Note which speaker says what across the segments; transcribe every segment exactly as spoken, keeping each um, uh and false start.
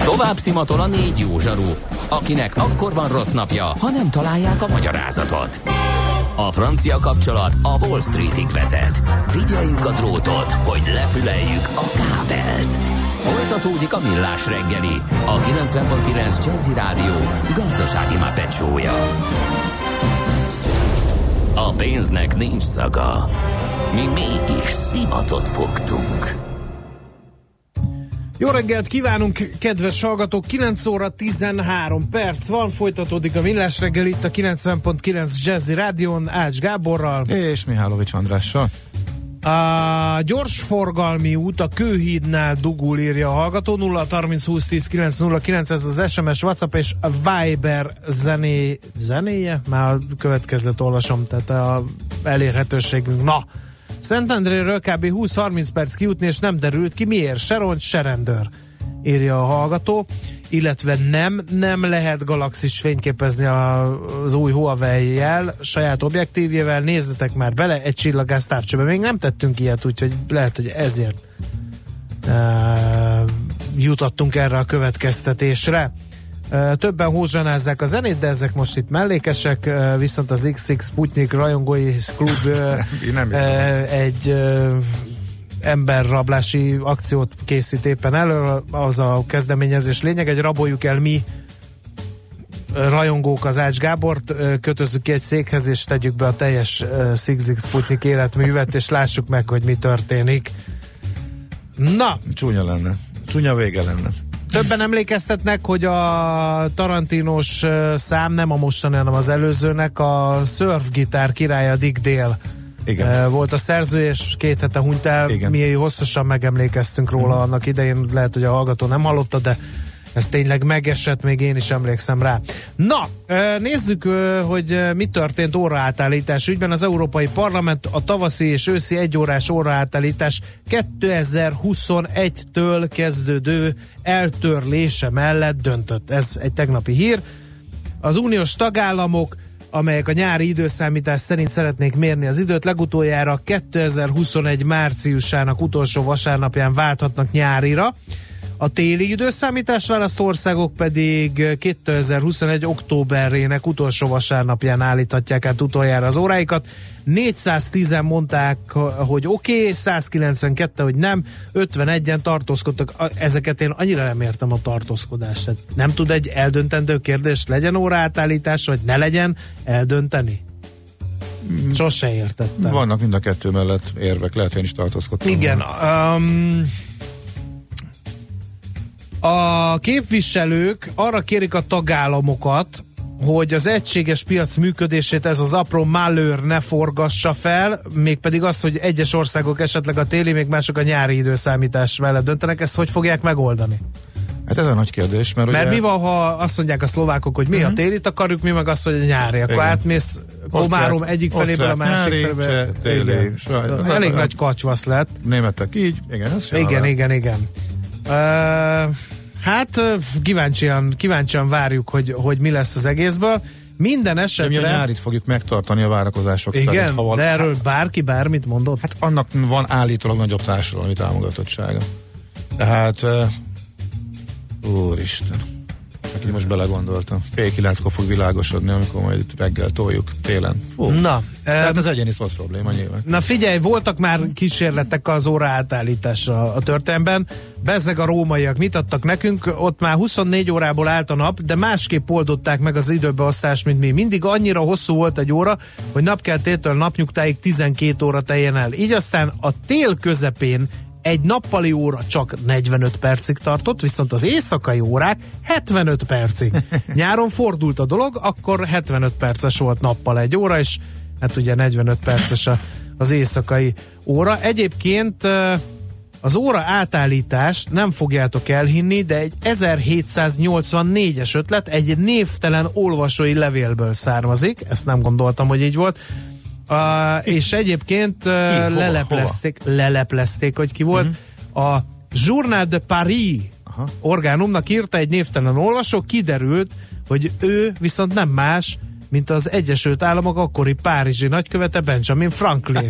Speaker 1: Tovább szimatol a négy jó zsaru, akinek akkor van rossz napja, ha nem találják a magyarázatot. A francia kapcsolat a Wall Streetig vezet. Figyeljük a drótot, hogy lefüleljük a kábelt. Folytatódik a Millás reggeli, a kilencven pont kilenc Jazzy Rádió gazdasági mápecsója. A pénznek nincs szaga. Mi mégis szimatot fogtunk.
Speaker 2: Jó reggelt kívánunk, kedves hallgatók! kilenc óra tizenhárom perc van, folytatódik a Millás reggel itt a kilencven pont kilenc Jazzy Rádión, Ács Gáborral
Speaker 3: és Mihálovics Andrással.
Speaker 2: A gyorsforgalmi út a Kőhídnál dugul, írja a hallgató. Nulla harminc húsz tíz kilenc nulla kilenc, ez az es em es, WhatsApp és Viber zené, zenéje? Már a következőt olvasom, tehát a elérhetőségünk. Na, Szentendréről kb. húsz-harminc perc kijutni, és nem derült ki miért. Se roncs, se rendőr, írja a hallgató. Illetve nem, nem lehet galaxis fényképezni a, az új Huawei-jel, saját objektívjével. Nézzetek már bele, egy csillagász távcsőbe. Még nem tettünk ilyet, úgyhogy lehet, hogy ezért uh, jutottunk erre a következtetésre. Uh, többen hózsanázzák a zenét, de ezek most itt mellékesek, uh, viszont az iksz iksz Sputnik rajongói klub uh, uh, egy uh, emberrablási akciót készít éppen elő, az a kezdeményezés lényeg, egy raboljuk el mi rajongók az Ács Gábort, kötözzük ki egy székhez, és tegyük be a teljes iksz iksz Sputnik életművet, és lássuk meg, hogy mi történik. Na!
Speaker 3: Csúnya lenne. Csúnya vége lenne.
Speaker 2: Többen emlékeztetnek, hogy a Tarantinos szám nem a mostani, hanem az előzőnek a surfgitár királya Dick Dale. Igen. Volt a szerző, és két hete hunyt el. Igen. Mi hosszasan megemlékeztünk róla mm. annak idején, lehet, hogy a hallgató nem hallotta, de ez tényleg megesett, még én is emlékszem rá. Na, nézzük, hogy mi történt óraátállítás ügyben. Az Európai Parlament a tavaszi és őszi egyórás óraátállítás kétezer-huszonegytől kezdődő eltörlése mellett döntött. Ez egy tegnapi hír. Az uniós tagállamok, amelyek a nyári időszámítás szerint szeretnék mérni az időt, legutoljára kétezer-huszonegy márciusának utolsó vasárnapján válthatnak nyárira. A téli időszámítás választó országok pedig kétezer-huszonegy októberének utolsó vasárnapján állíthatják át utoljára az óráikat. négyszáztízen mondták, hogy oké, okay, százkilencvenkettő, hogy nem, ötvenegyen tartózkodtak. Ezeket én annyira nem értem, a tartózkodást. Tehát nem tud egy eldöntendő kérdés, legyen óraátállítás, vagy ne legyen eldönteni? Sose értettem.
Speaker 3: Vannak mind a kettő mellett érvek, lehet, én is tartózkodtam.
Speaker 2: Igen. Um, a képviselők arra kérik a tagállamokat, hogy az egységes piac működését ez az apró malőr ne forgassa fel, mégpedig az, hogy egyes országok esetleg a téli, még mások a nyári időszámítás mellett döntenek. Ezt hogy fogják megoldani?
Speaker 3: Hát ez a nagy kérdés. Mert,
Speaker 2: mert
Speaker 3: ugye...
Speaker 2: mi van, ha azt mondják a szlovákok, hogy mi uh-huh. a télit akarjuk, mi meg azt, hogy a nyári. Akkor igen. átmész Komárom egyik feléből a másik feléből.
Speaker 3: Téli,
Speaker 2: elég nagy kacsvasz lett.
Speaker 3: Németek így. Igen, ez
Speaker 2: igen, igen, igen. Uh, hát kíváncsian, kíváncsian várjuk, hogy, hogy mi lesz az egészből. Minden esetre...
Speaker 3: De mi a nyárit fogjuk megtartani a várakozások
Speaker 2: igen,
Speaker 3: szerint.
Speaker 2: Igen, de erről hát, bárki bármit mondott?
Speaker 3: Hát annak van állítólag nagyobb társadalmi támogatottsága. Tehát uh, úristen, aki most belegondoltam. Fél kilenckor fog világosodni, amikor majd reggel toljuk télen. Fú.
Speaker 2: Na,
Speaker 3: tehát um, ez egyéni szoc probléma nyilván.
Speaker 2: Na figyelj, voltak már kísérletek az óraátállításra a történelemben. Bezzeg a rómaiak mit adtak nekünk, ott már huszonnégy órából állt a nap, de másképp oldották meg az időbeosztást, mint mi. Mindig annyira hosszú volt egy óra, hogy napkeltétől napnyugtáig tizenkét óra teljen el. Így aztán a tél közepén egy nappali óra csak negyvenöt percig tartott, viszont az éjszakai órák hetvenöt percig. Nyáron fordult a dolog, akkor hetvenöt perces volt nappal egy óra, és hát ugye negyvenöt perces az éjszakai óra. Egyébként az óra átállítást nem fogjátok elhinni, de egy ezerhétszáznyolcvannégyes ötlet egy névtelen olvasói levélből származik, ezt nem gondoltam, hogy így volt. Uh, és egyébként uh, Hí, hova, leleplezték, hova? leleplezték, hogy ki volt. Uh-huh. A Journal de Paris Aha. orgánumnak írta egy névtelen olvasó, kiderült, hogy ő viszont nem más, mint az Egyesült Államok akkori párizsi nagykövete Benjamin Franklin.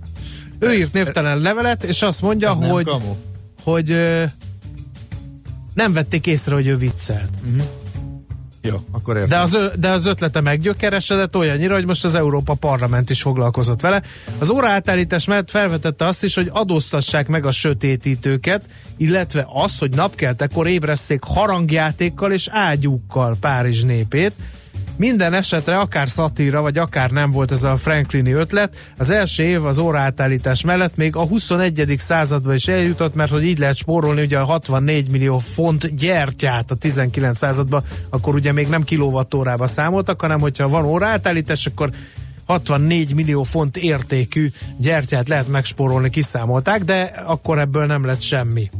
Speaker 2: Ő írt névtelen levelet, és azt mondja, hogy, hogy uh, nem vették észre, hogy ő viccelt.
Speaker 3: Uh-huh. Jó, akkor értem.
Speaker 2: De az, de az ötlete meggyökeresedett olyannyira, hogy most az Európa Parlament is foglalkozott vele. Az óraátállítás mellett felvetette azt is, hogy adóztassák meg a sötétítőket, illetve az, hogy napkeltekor ébresszék harangjátékkal és ágyúkkal Párizs népét. Minden esetre akár szatíra, vagy akár nem volt ez a Franklini ötlet, az első év az óraátállítás mellett még a huszonegyedik századba is eljutott, mert hogy így lehet spórolni ugye a hatvannégy millió font gyertyát a tizenkilencedik században, akkor ugye még nem kilovattórába számoltak, hanem hogyha van óraátállítás, akkor hatvannégy millió font értékű gyertyát lehet megspórolni, kiszámolták, de akkor ebből nem lett semmi.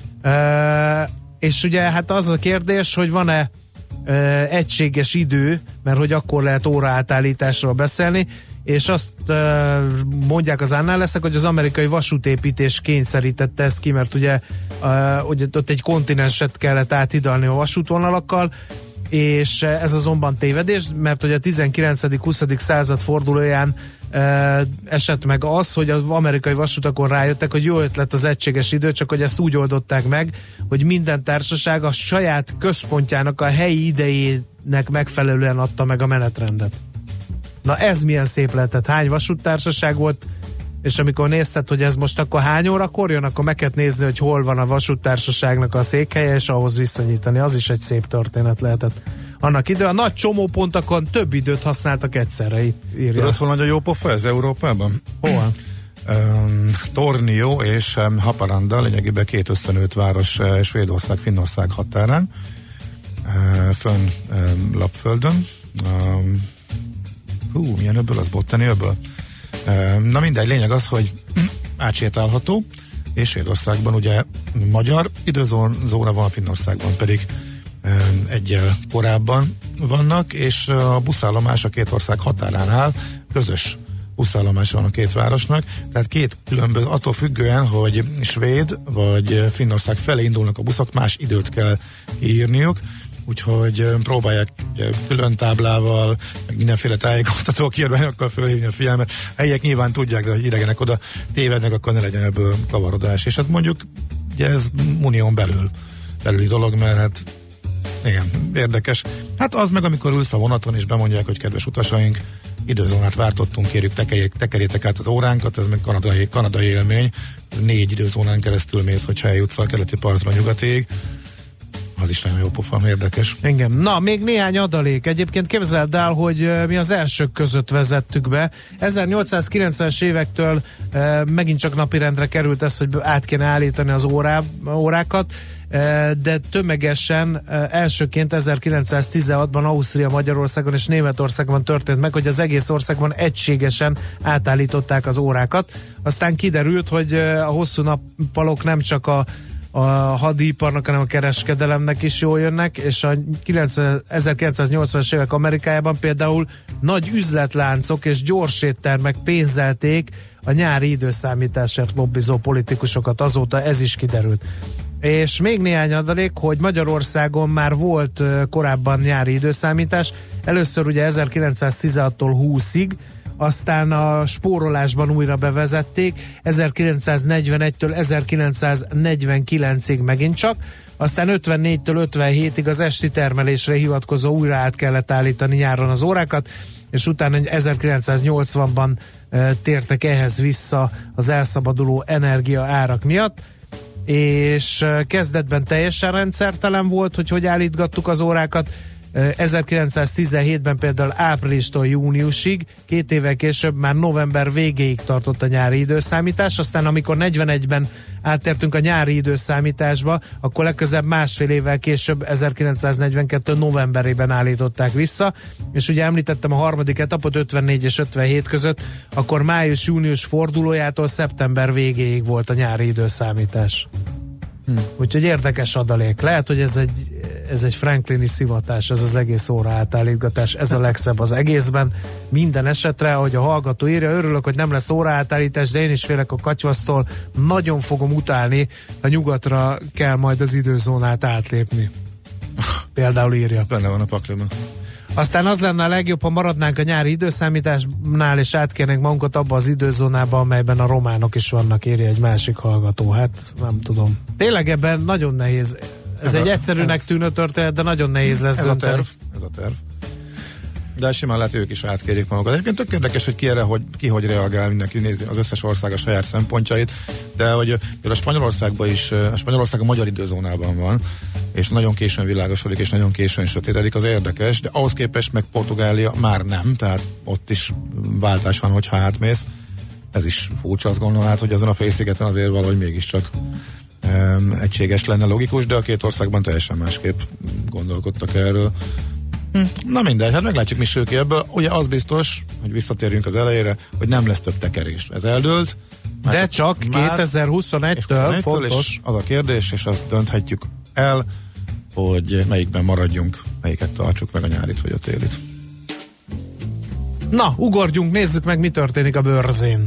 Speaker 2: E, és ugye hát az a kérdés, hogy van-e Uh, egységes idő, mert hogy akkor lehet óraátállításról beszélni, és azt uh, mondják az annál leszek, hogy az amerikai vasútépítés kényszerítette ezt ki, mert ugye, uh, ugye ott egy kontinenset kellett áthidalni a vasútvonalakkal, és ez azonban tévedés, mert hogy a tizenkilencedik-huszadik század fordulóján uh, esett meg az, hogy az amerikai vasutakon rájöttek, hogy jó ötlet az egységes idő, csak hogy ezt úgy oldották meg, hogy minden társaság a saját központjának a helyi idejének megfelelően adta meg a menetrendet. Na ez milyen szép lehetett. Hány vasúttársaság volt, és amikor nézted, hogy ez most akkor hány órakor jön, akkor meg kell nézni, hogy hol van a vasúttársaságnak a székhelye, és ahhoz viszonyítani. Az is egy szép történet lehetett. Annak idő, a nagy csomópontokon több időt használtak egyszerre, itt írja.
Speaker 3: Tudod, hol nagyon jó pofa ez Európában?
Speaker 2: Hol?
Speaker 3: Um, Tornio és um, Haparanda, lényegében két összenőtt város uh, Svédország, Finnország határán, uh, fönn um, Lapföldön. Um, hú, milyen öböl az, Botteni öböl? Um, na mindegy, lényeg az, hogy átsétálható, és Svédországban ugye magyar időzóna van, Finnországban pedig um, egyel korábban vannak, és a buszállomás a két ország határán áll, közös buszállomás van a két városnak, tehát két különböző, attól függően, hogy Svéd vagy Finnország felé indulnak a buszok, más időt kell írniuk, úgyhogy próbálják külön táblával, meg mindenféle tájékoztató kiadványokkal fölhívni a figyelmet. Helyiek nyilván tudják, de hogy idegenek oda tévednek, akkor ne legyen ebből kavarodás. És hát mondjuk, ugye ez unión belül, belüli dolog, mert hát igen, érdekes. Hát az meg, amikor ülsz a vonaton, és bemondják, hogy kedves utasaink, időzónát váltottunk, kérjük, tekerjék, tekerjétek át az óránkat, ez meg kanadai, kanadai élmény. Négy időzónán keresztül mész, hogyha eljutsz a keleti partra nyugatig. Az is nagyon jó pofa, érdekes.
Speaker 2: Igen. Na, még néhány adalék. Egyébként képzeld el, hogy mi az elsők között vezettük be. ezernyolcszázkilencvenes évektől e, megint csak napirendre került ez, hogy át kéne állítani az órá, órákat, e, de tömegesen e, elsőként ezerkilencszáztizenhatban Ausztria, Magyarországon és Németországban történt meg, hogy az egész országban egységesen átállították az órákat. Aztán kiderült, hogy a hosszú nappalok nem csak a a hadiiparnak, hanem a kereskedelemnek is jól jönnek, és a ezerkilencszáznyolcvanas évek Amerikájában például nagy üzletláncok és gyorséttermek pénzelték a nyári időszámításért lobbizó politikusokat, azóta ez is kiderült. És még néhány adalék, hogy Magyarországon már volt korábban nyári időszámítás, először ugye ezerkilencszáztizenhattól húszig, aztán a spórolásban újra bevezették, ezerkilencszáznegyvenegytől ezerkilencszáznegyvenkilencig megint csak, aztán ötvennégytől ötvenhétig az esti termelésre hivatkozó újra át kellett állítani nyáron az órákat, és utána ezerkilencszáznyolcvanban e, tértek ehhez vissza az elszabaduló energia árak miatt, és e, kezdetben teljesen rendszertelen volt, hogy hogy állítgattuk az órákat, ezerkilencszáztizenhétben például áprilistól júniusig, két évvel később már november végéig tartott a nyári időszámítás, aztán amikor negyvenegyben áttértünk a nyári időszámításba, akkor legközelebb másfél évvel később ezerkilencszáznegyvenkettő novemberében állították vissza, és ugye említettem a harmadik etapot ötvennégy és ötvenhét között, akkor május-június fordulójától szeptember végéig volt a nyári időszámítás. Hm. Úgyhogy érdekes adalék. Lehet, hogy ez egy, ez egy Franklini szivatás, ez az egész óra átállítgatás, ez a legszebb az egészben. Minden esetre, ahogy a hallgató írja, örülök, hogy nem lesz óra átállítás, de én is félek a katyvasztól, nagyon fogom utálni, ha nyugatra kell majd az időzónát átlépni. Például írja.
Speaker 3: Benne van a pakliban.
Speaker 2: Aztán az lenne a legjobb, ha maradnánk a nyári időszámításnál, és átkérnénk magunkat abba az időzónába, amelyben a románok is vannak, írja egy másik hallgató. Hát nem tudom. Tényleg ebben nagyon nehéz Ez, ez egy a, egyszerűnek ez, tűnő történet, de nagyon nehéz lesz
Speaker 3: ez
Speaker 2: dönteni.
Speaker 3: A terv, ez a terv. De simán lehet, ők is átkérjék magukat. Egyébként tök érdekes, hogy ki erre, hogy ki hogy reagál, mindenki nézi az összes ország a saját szempontjait, de hogy a Spanyolországban is, a Spanyolország a magyar időzónában van, és nagyon későn világosodik, és nagyon későn sötétedik, az érdekes, de ahhoz képest meg Portugália már nem, tehát ott is váltás van, hogyha átmész. Ez is furcsa, azt gondolnád, hogy azon a félszigeten azért valahogy mégiscsak um, egységes lenne, logikus, de a két országban teljesen másképp gondolkodtak erről. Hm. Na mindegy, hát meglátjuk mi sül ki ebből. Ugye az biztos, hogy visszatérjünk az elejére, hogy nem lesz több tekerés. Ez eldőlt.
Speaker 2: De csak kétezer-huszonegytől fontos.
Speaker 3: És az a kérdés, és azt dönthetjük el, hogy melyikben maradjunk, melyiket tartsuk meg, a nyárit vagy a télit.
Speaker 2: Na, ugorjunk, nézzük meg, mi történik a bőrzén.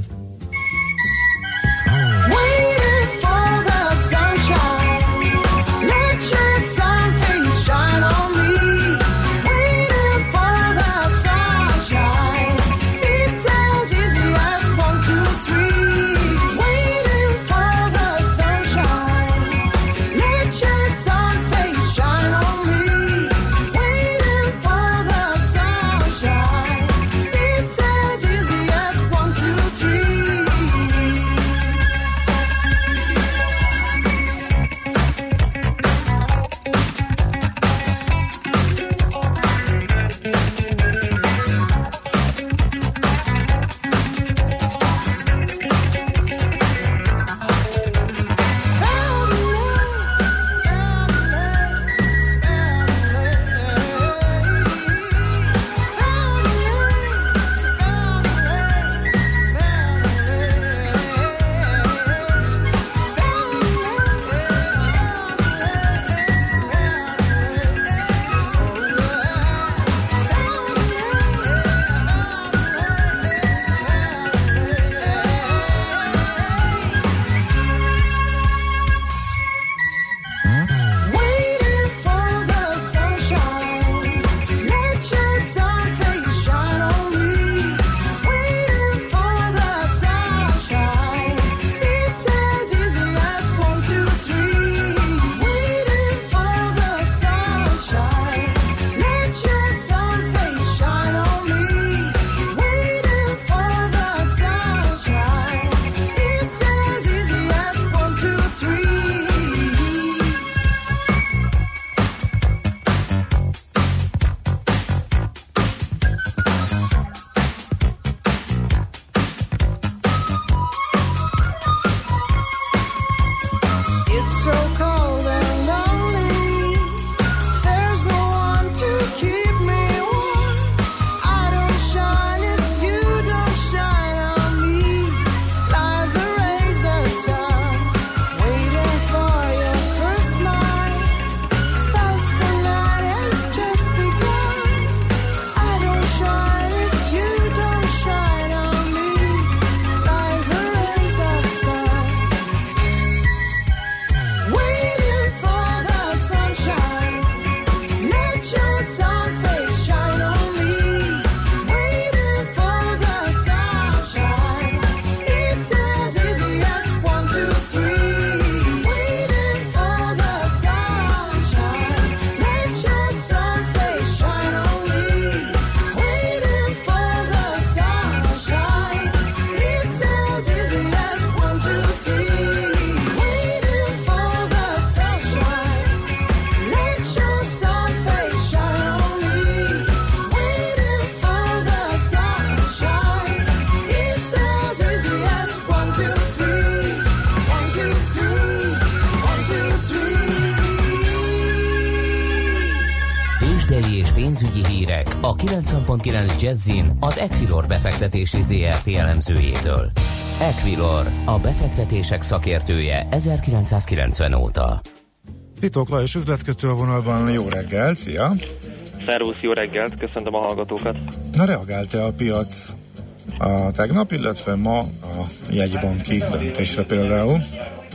Speaker 1: pénzügyi hírek a kilencven pont kilenc Jazzin az Equilor befektetési zé er té elemzőjétől. Equilor, a befektetések szakértője ezerkilencszázkilencven óta.
Speaker 3: Ritók Lajos üzletkötő a vonalban, jó reggelt, szia!
Speaker 4: Szervusz, jó reggelt, köszöntöm a hallgatókat!
Speaker 3: Na, reagált-e a piac a tegnap, illetve ma a jegybanki döntésre például?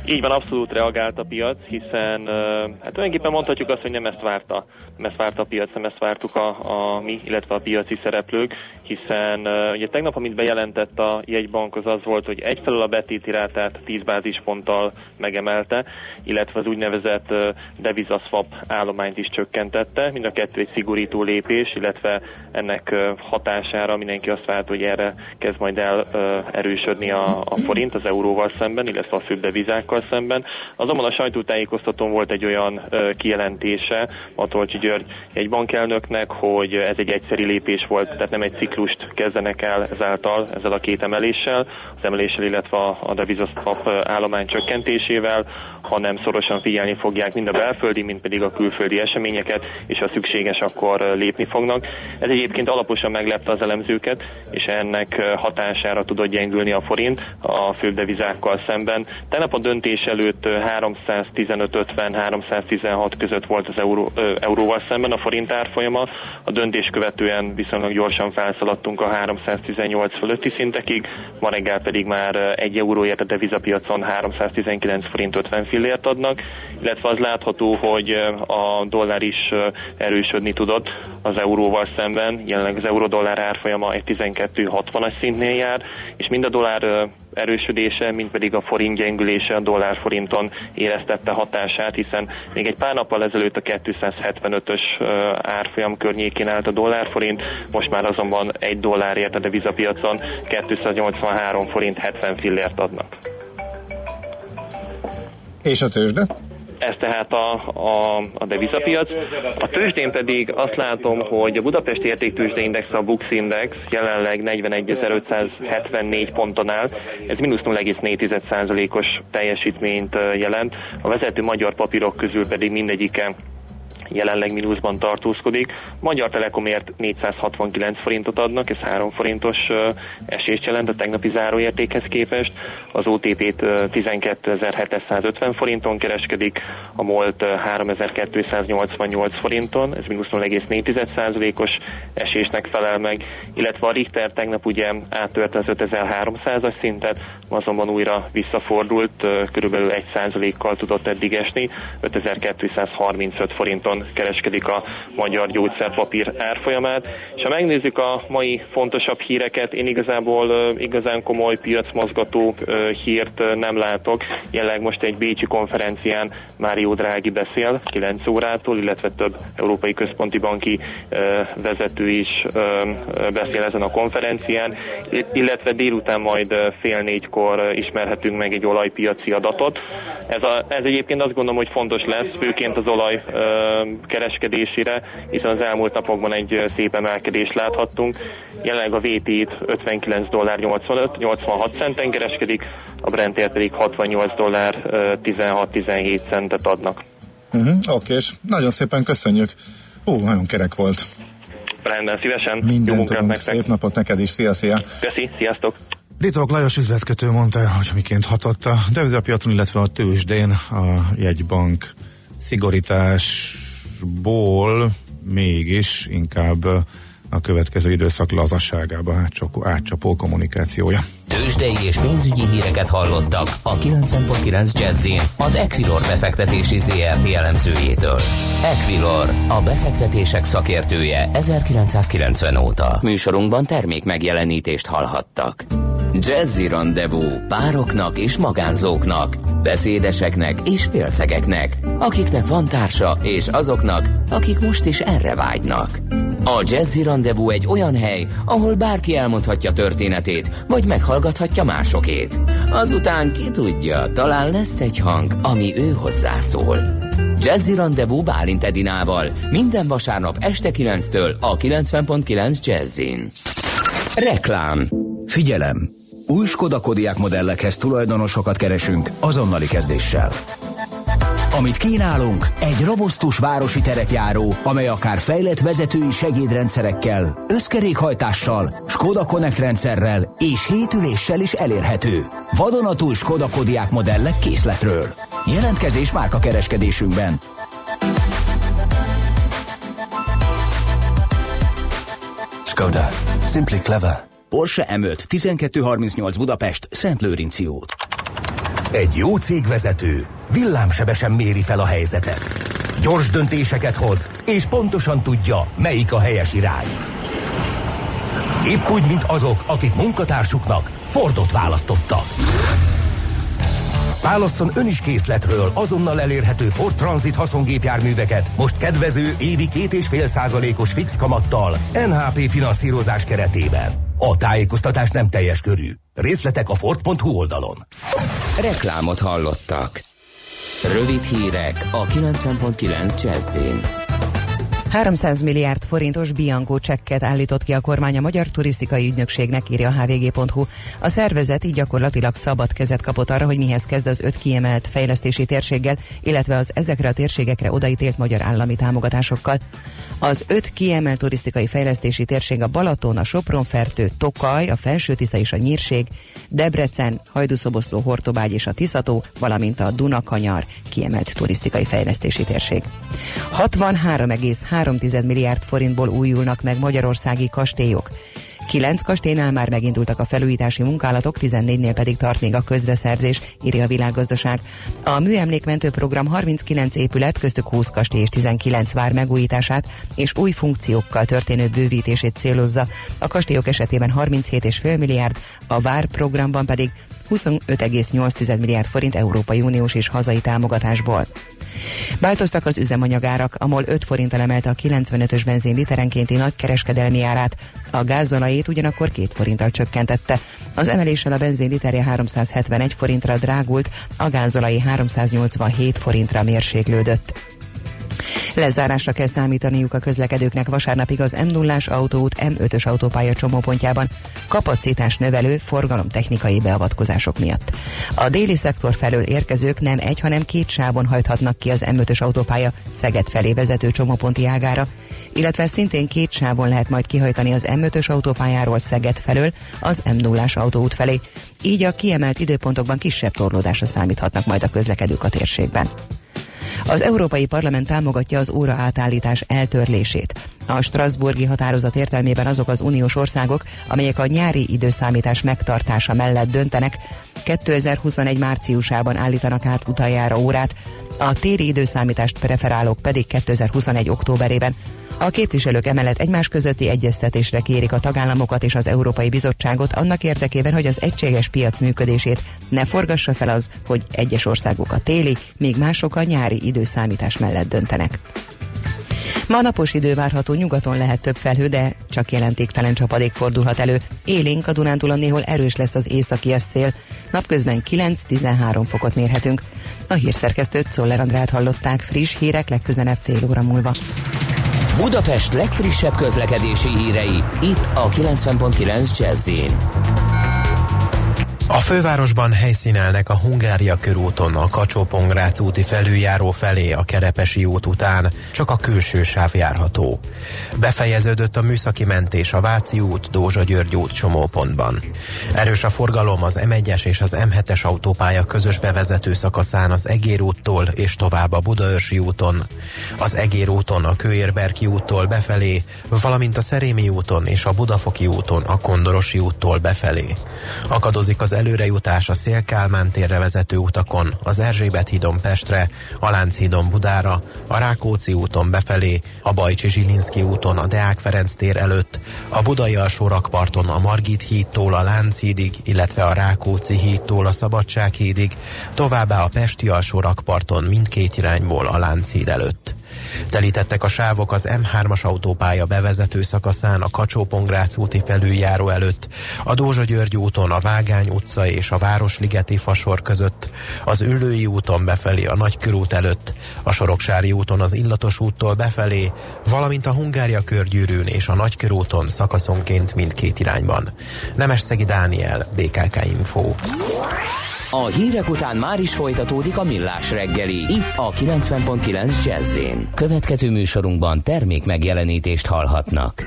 Speaker 4: Így van, abszolút reagált a piac, hiszen hát tulajdonképpen mondhatjuk azt, hogy nem ezt várta, nem ezt várta a piac, nem ezt vártuk a, a mi, illetve a piaci szereplők, hiszen ugye tegnap, amit bejelentett a jegybank, az az volt, hogy egyfelől a betéti rátát tíz bázisponttal megemelte, illetve az úgynevezett devizaszwap állományt is csökkentette. Mind a kettő egy szigorító lépés, illetve ennek hatására mindenki azt várt, hogy erre kezd majd el erősödni a, a forint az euróval szemben, illetve a főbb devizákkal szemben. Azonban a sajtótájékoztatón volt egy olyan kijelentése Matolcsy György egy bankelnöknek, hogy ez egy egyszeri lépés volt, tehát nem egy ciklust kezdenek el ezáltal, ezzel a két emeléssel, az emeléssel, illetve a, a devizaszwap állomány csökkentésével, hanem szorosan figyelni fogják mind a belföldi, mind pedig a külföldi eseményeket, és ha szükséges, akkor lépni fognak. Ez egyébként alaposan meglepte az elemzőket, és ennek hatására tudott gyengülni a forint a főbb devizákkal szemben. Tegnap a döntés előtt háromszáztizenöt ötven háromszáztizenhat között volt az euró, ö, euróval szemben a forint árfolyama. A döntés követően viszonylag gyorsan felszaladtunk a háromszáztizennyolc fölötti szintekig, ma reggel pedig már egy euróért a devizapiacon háromszáztizenkilenc forint ötven fillért adnak, illetve az látható, hogy a dollár is erősödni tudott az euróval szemben. Jelenleg az euró-dollár árfolyama egy tizenkettő hatvanas szintnél jár, és mind a dollár erősödése, mint pedig a forint gyengülése a dollár-forinton éreztette hatását, hiszen még egy pár nappal ezelőtt a kétszázhetvenötös árfolyam környékén állt a dollár-forint, most már azonban egy dollárért a devizapiacon kétszáznyolcvanhárom forint hetven fillért adnak.
Speaker 3: És a tőzsde?
Speaker 4: Ez tehát a, a, a devizapiac. A tőzsdén pedig azt látom, hogy a Budapesti Értéktőzsdeindex, a Bux Index jelenleg negyvenegyezer-ötszázhetvennégy ponton áll. Ez mínusz nulla egész négy százalékos teljesítményt jelent. A vezető magyar papírok közül pedig mindegyike jelenleg mínuszban tartózkodik. Magyar Telekomért négyszázhatvankilenc forintot adnak, ez három forintos uh, esést jelent a tegnapi záróértékhez képest. Az o té pét uh, tizenkétezer-hétszázötven forinton kereskedik, a MOL-t uh, háromezer-kétszáznyolcvannyolc forinton, ez mínusz nulla egész négy százalékos esésnek felel meg, illetve a Richter tegnap ugye áttörte az ötezer-háromszázas szintet, azonban újra visszafordult, uh, körülbelül egy százalékkal tudott eddig esni, ötezer-kétszázharmincöt forinton kereskedik a magyar gyógyszerpapír árfolyamát. És ha megnézzük a mai fontosabb híreket, én igazából uh, igazán komoly piacmozgató uh, hírt uh, nem látok. Jelenleg most egy bécsi konferencián Mário Draghi beszél kilenc órától, illetve több európai központi banki uh, vezető is uh, beszél ezen a konferencián, illetve délután majd uh, fél négykor uh, ismerhetünk meg egy olajpiaci adatot. Ez, a, ez egyébként azt gondolom, hogy fontos lesz, főként az olaj uh, kereskedésére, hiszen az elmúlt napokban egy szép emelkedést láthattunk. Jelenleg a vé té-t ötvenkilenc dollár nyolcvanöt nyolcvanhat centen kereskedik, a Brentért pedig hatvannyolc dollár tizenhat-tizenhét centet adnak.
Speaker 3: Uh-huh, Oké, és nagyon szépen köszönjük. Ú, nagyon kerek volt.
Speaker 4: Rendben, szívesen.
Speaker 3: Mindent tudunk, szép napot neked is, szia, szia.
Speaker 4: Köszi, sziasztok.
Speaker 3: Ritók Lajos üzletkötő mondta, hogy miként hatott a devizapiacon, illetve a tőzsdén a jegybank szigorításból mégis inkább a következő időszak lazasságába átcsapó, átcsapó kommunikációja.
Speaker 1: Tőzsdei és pénzügyi híreket hallottak a kilencven pont kilenc Jazzin az Equilor befektetési zé er té elemzőjétől. Equilor, a befektetések szakértője ezerkilencszázkilencven óta. Műsorunkban termék megjelenítést hallhattak. Jazzy Rendezvú pároknak és magánzóknak, beszédeseknek és félszegeknek, akiknek van társa és azoknak, akik most is erre vágynak. A Jazzy Rendezvú egy olyan hely, ahol bárki elmondhatja történetét, vagy meghallgathatja másokét. Azután ki tudja, talán lesz egy hang, ami ő hozzászól. Jazzy Rendezvú Bálint Edinával minden vasárnap este kilenctől a kilencven pont kilenc Jazzin. Reklám.
Speaker 5: Figyelem! Új Skoda Kodiaq modellekhez tulajdonosokat keresünk azonnali kezdéssel. Amit kínálunk, egy robusztus városi terepjáró, amely akár fejlett vezetői segédrendszerekkel, összkerékhajtással, Skoda Connect rendszerrel és hétüléssel is elérhető. Vadonatúj Skoda Kodiaq modellek készletről. Jelentkezés márka kereskedésünkben.
Speaker 6: Skoda. Simply clever.
Speaker 5: Porsche em öt tizenkettő harmincnyolc Budapest, Szentlőrinci út. Egy jó cégvezető villámsebesen méri fel a helyzetet. Gyors döntéseket hoz, és pontosan tudja, melyik a helyes irány. Épp úgy, mint azok, akik munkatársuknak Fordot választottak. Válasszon ön is készletről azonnal elérhető Ford Transit haszongépjárműveket most kedvező évi két egész öt százalékos fix kamattal en há pé finanszírozás keretében. A tájékoztatás nem teljes körű. Részletek a ford pont hu oldalon.
Speaker 1: Reklámot hallottak. Rövid hírek a kilencven pont kilenc Jazzin.
Speaker 7: háromszáz milliárd forintos Bianco csekket állított ki a kormány a Magyar Turisztikai Ügynökségnek, írja a há vé gé pont hu. A szervezet így gyakorlatilag szabad kezet kapott arra, hogy mihez kezd az öt kiemelt fejlesztési térséggel, illetve az ezekre a térségekre odaítélt magyar állami támogatásokkal. Az öt kiemelt turisztikai fejlesztési térség a Balaton, a Sopron-Fertő, Tokaj, a Felső-Tisza és a Nyírség, Debrecen, Hajdúszoboszló, Hortobágy és a Tiszató, valamint a Dunakanyar kiemelt turisztikai fejlesztési térség. hatvanhárom egész három milliárd forintból újulnak meg magyarországi kastélyok. Kilenc kastélynál már megindultak a felújítási munkálatok, tizennégynél pedig tart még a közbeszerzés, írja a Világgazdaság. A műemlékmentő program harminckilenc épület, köztük húsz kastély és tizenkilenc vár megújítását és új funkciókkal történő bővítését célozza. A kastélyok esetében harminchét egész öt milliárd, a vár programban pedig huszonöt egész nyolc milliárd forint Európai Uniós és hazai támogatásból. Változtak az üzemanyagárak, a MOL öt forinttal emelte a kilencvenötös benzin literenkénti nagykereskedelmi árát, a gázolajét ugyanakkor két forinttal csökkentette. Az emeléssel a benzin literje háromszázhetvenegy forintra drágult, a gázolai háromszáznyolcvanhét forintra mérséklődött. Lezárásra kell számítaniuk a közlekedőknek vasárnapig az em nullás autóút em ötös autópálya csomópontjában kapacitás növelő forgalomtechnikai beavatkozások miatt. A déli szektor felől érkezők nem egy, hanem két sávon hajthatnak ki az em ötös autópálya Szeged felé vezető csomóponti ágára, illetve szintén két sávon lehet majd kihajtani az em ötös autópályáról Szeged felől az em nullás autóút felé. Így a kiemelt időpontokban kisebb torlódásra számíthatnak majd a közlekedők a térségben. Az Európai Parlament támogatja az óra átállítás eltörlését. A strasbourgi határozat értelmében azok az uniós országok, amelyek a nyári időszámítás megtartása mellett döntenek, kétezer-huszonegy márciusában állítanak át utoljára órát, a téli időszámítást preferálók pedig kétezer-huszonegy októberében. A képviselők emellett egymás közötti egyeztetésre kérik a tagállamokat és az Európai Bizottságot annak érdekében, hogy az egységes piac működését ne forgassa fel az, hogy egyes országok a téli, míg mások a nyári időszámítás mellett döntenek. Ma napos idő várható, nyugaton lehet több felhő, de csak jelentéktelen csapadék fordulhat elő. Élénk a Dunántúlon néhol erős lesz az északias szél. Napközben kilenc-tizenhárom fokot mérhetünk. A hírszerkesztőt, Czoller Andrát hallották, friss hírek legközelebb fél óra múlva.
Speaker 1: Budapest legfrissebb közlekedési hírei, itt a kilencven pont kilenc Jazz-in.
Speaker 8: A fővárosban helyszínelnek a Hungária körúton a Kacsó-Pongrác úti felüljáró felé a Kerepesi út után, csak a külső sáv járható. Befejeződött a műszaki mentés a Váci út, Dózsa-György út csomópontban. Erős a forgalom az em egyes és az em hetes autópálya közös bevezető szakaszán az Egér úttól és tovább a Budaörsi úton, az Egér úton a Kőérberki úttól befelé, valamint a Szerémi úton és a Budafoki úton a Kondorosi úttól befelé. Akadozik az előrejutás a Széll-Kálmán térre vezető utakon, az Erzsébet hídon Pestre, a Lánchídon Budára, a Rákóczi úton befelé, a Bajcsi-Zsilinszky úton a Deák Ferenc tér előtt, a Budai alsórakparton a Margit hídtól a Lánchídig, illetve a Rákóczi hídtól a Szabadsághídig, továbbá a Pesti alsórakparton mindkét irányból a Lánchíd előtt. Telítettek a sávok az em hármas autópálya bevezető szakaszán a Kacsó-Pongrác úti felüljáró előtt, a Dózsa-György úton a Vágány utca és a Városligeti fasor között, az Üllői úton befelé a Nagykörút előtt, a Soroksári úton az Illatos úttól befelé, valamint a Hungária körgyűrűn és a Nagykörúton szakaszonként mindkét irányban. Nemesszegi Dániel, bé ká ká Info.
Speaker 1: A hírek után már is folytatódik a Millás reggeli, itt a kilencven pont kilenc Jazz-én. Következő műsorunkban termék megjelenítést hallhatnak.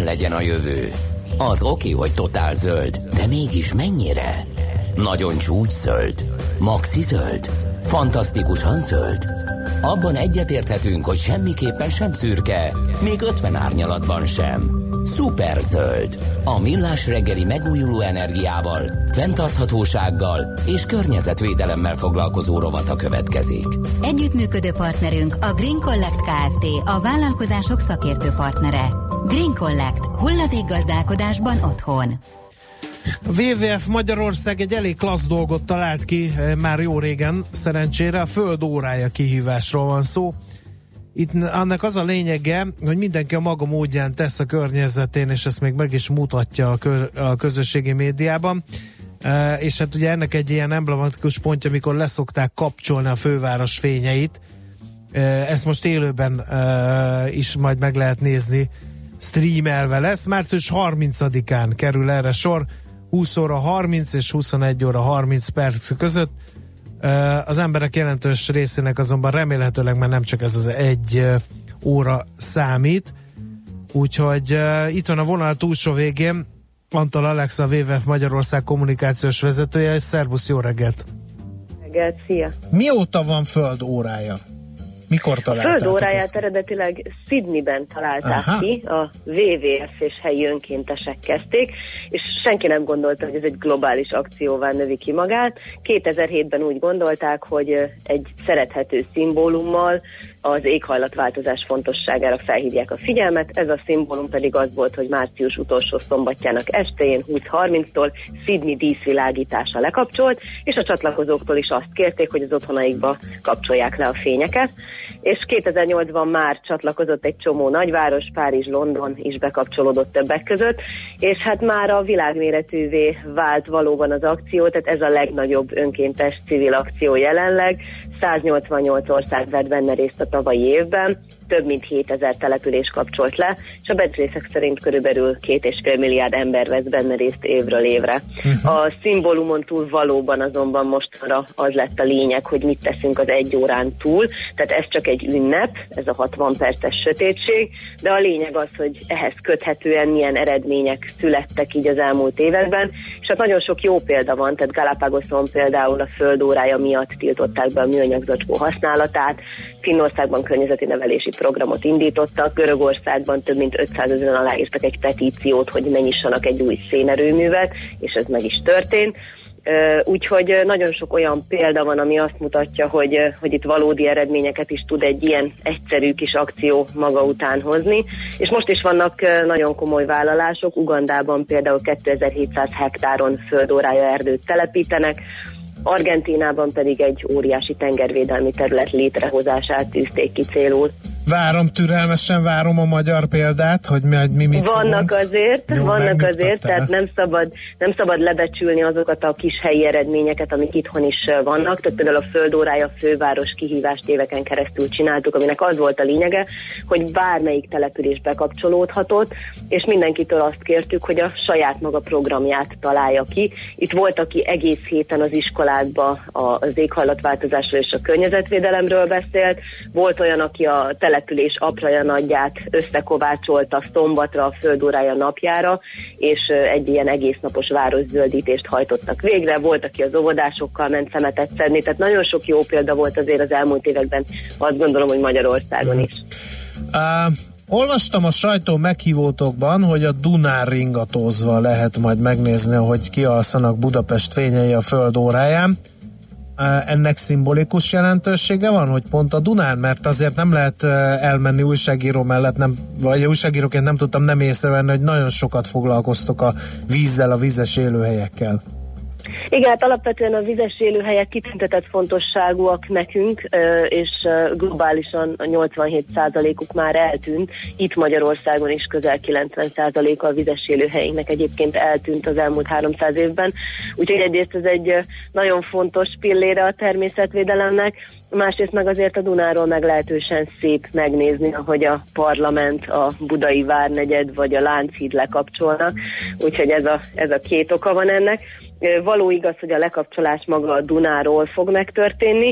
Speaker 1: legyen a jövő? Az oké, hogy totál zöld, de mégis mennyire? Nagyon csúcs zöld? Maxi zöld? Fantasztikusan zöld? Abban egyetérthetünk, hogy semmiképpen sem szürke, még ötven árnyalatban sem. Szuper zöld. A Millás reggeli megújuló energiával, fenntarthatósággal és környezetvédelemmel foglalkozó rovata következik.
Speaker 9: Együttműködő partnerünk a Green Collect Kft. A vállalkozások szakértő partnere. Green Collect. Hulladékgazdálkodásban otthon.
Speaker 2: A dupla vé vé ef Magyarország egy elég klassz dolgot talált ki már jó régen, szerencsére a föld órája kihívásról van szó. Itt annak az a lényege, hogy mindenki a maga módján tesz a környezetén, és ezt még meg is mutatja a, kö, a közösségi médiában. E, és hát ugye ennek egy ilyen emblematikus pontja, amikor leszokták kapcsolni a főváros fényeit. E, ezt most élőben e, is majd meg lehet nézni, streamelve lesz. március harmincadikán kerül erre sor, húsz óra harminc és huszonegy óra harminc perc között. Az emberek jelentős részének azonban remélhetőleg már nem csak ez az egy óra számít. Úgyhogy uh, itt van a vonal túlsó végén Antal Alexa, a dupla vé vé ef Magyarország kommunikációs vezetője. Szervusz, jó reggelt!
Speaker 10: Reggelt, szia!
Speaker 2: Mióta van föld órája? Mikor találtátok?
Speaker 10: Föld óráját
Speaker 2: ezt?
Speaker 10: Eredetileg Sydneyben találták
Speaker 2: Aha.
Speaker 10: ki, a dupla vé vé ef és helyi önkéntesek kezdték, és senki nem gondolta, hogy ez egy globális akcióvá növi ki magát. kétezer-hétben úgy gondolták, hogy egy szerethető szimbólummal az éghajlatváltozás fontosságára felhívják a figyelmet. Ez a szimbólum pedig az volt, hogy március utolsó szombatjának estején húsz harminctól Sydney díszvilágítása lekapcsolt, és a csatlakozóktól is azt kérték, hogy az otthonaikba kapcsolják le a fényeket. És kétezer-nyolcban már csatlakozott egy csomó nagyváros, Párizs, London is bekapcsolódott többek között, és hát már a világméretűvé vált valóban az akció, tehát ez a legnagyobb önkéntes civil akció jelenleg. száznyolcvannyolc ország vett benne részt a tavalyi évben, több mint hétezer település kapcsolt le, és a becslések szerint körülbelül két és fél milliárd ember vesz benne részt évről évre. Uh-huh. A szimbólumon túl valóban azonban mostanra az lett a lényeg, hogy mit teszünk az egy órán túl, tehát ez csak egy ünnep, ez a hatvan perces sötétség, de a lényeg az, hogy ehhez köthetően milyen eredmények születtek így az elmúlt években, és hát nagyon sok jó példa van, tehát Galápagoszon például a föld órája miatt tiltották be a műanyag zacskó használatát, Finnországban környezeti nevelési programot indítottak, Görögországban több mint ötszázezren aláírtak egy petíciót, hogy ne nyissanak egy új szénerőművet, és ez meg is történt. Úgyhogy nagyon sok olyan példa van, ami azt mutatja, hogy, hogy itt valódi eredményeket is tud egy ilyen egyszerű kis akció maga után hozni. És most is vannak nagyon komoly vállalások, Ugandában például kétezer-hétszáz hektáron földórája erdőt telepítenek, Argentínában pedig egy óriási tengervédelmi terület létrehozását tűzték ki célul.
Speaker 2: Várom, türelmesen várom a magyar példát, hogy mi, mi mit
Speaker 10: Vannak
Speaker 2: fogunk.
Speaker 10: azért,
Speaker 2: Jó,
Speaker 10: vannak azért,
Speaker 2: el.
Speaker 10: tehát nem szabad, nem szabad lebecsülni azokat a kis helyi eredményeket, amik itthon is vannak. Tehát például a földórája főváros kihívást éveken keresztül csináltuk, aminek az volt a lényege, hogy bármelyik település bekapcsolódhatott, és mindenkitől azt kértük, hogy a saját maga programját találja ki. Itt volt, aki egész héten az iskolákba az éghajlatváltozásról és a környezetvédelemről beszélt, volt olyan, aki a település apraja nagyját összekovácsolta szombatra a földórája napjára, és egy ilyen egésznapos városzöldítést hajtottak végre. Volt, aki az óvodásokkal ment szemetet szedni, tehát nagyon sok jó példa volt azért az elmúlt években, azt gondolom, hogy Magyarországon is.
Speaker 2: Uh, olvastam a sajtó meghívótokban, hogy a Dunán ringatózva lehet majd megnézni, hogy kialszanak Budapest fényei a földóráján. Ennek szimbolikus jelentősége van, hogy pont a Dunán, mert azért nem lehet elmenni újságíró mellett, nem, vagy újságíróként nem tudtam nem észrevenni, hogy nagyon sokat foglalkoztok a vízzel, a vízes élőhelyekkel.
Speaker 10: Igen, hát alapvetően a vízes élőhelyek kitüntetett fontosságúak nekünk, és globálisan a nyolcvanhét százalékuk már eltűnt. Itt Magyarországon is közel kilencven százaléka a vízes élőhelyeknek egyébként eltűnt az elmúlt háromszáz évben. Úgyhogy egyrészt ez egy nagyon fontos pillére a természetvédelemnek, másrészt meg azért a Dunáról meglehetősen szép megnézni, ahogy a parlament, a Budai Várnegyed vagy a Lánchíd lekapcsolnak. Úgyhogy ez a, ez a két oka van ennek. Való igaz, hogy a lekapcsolás maga a Dunáról fog megtörténni,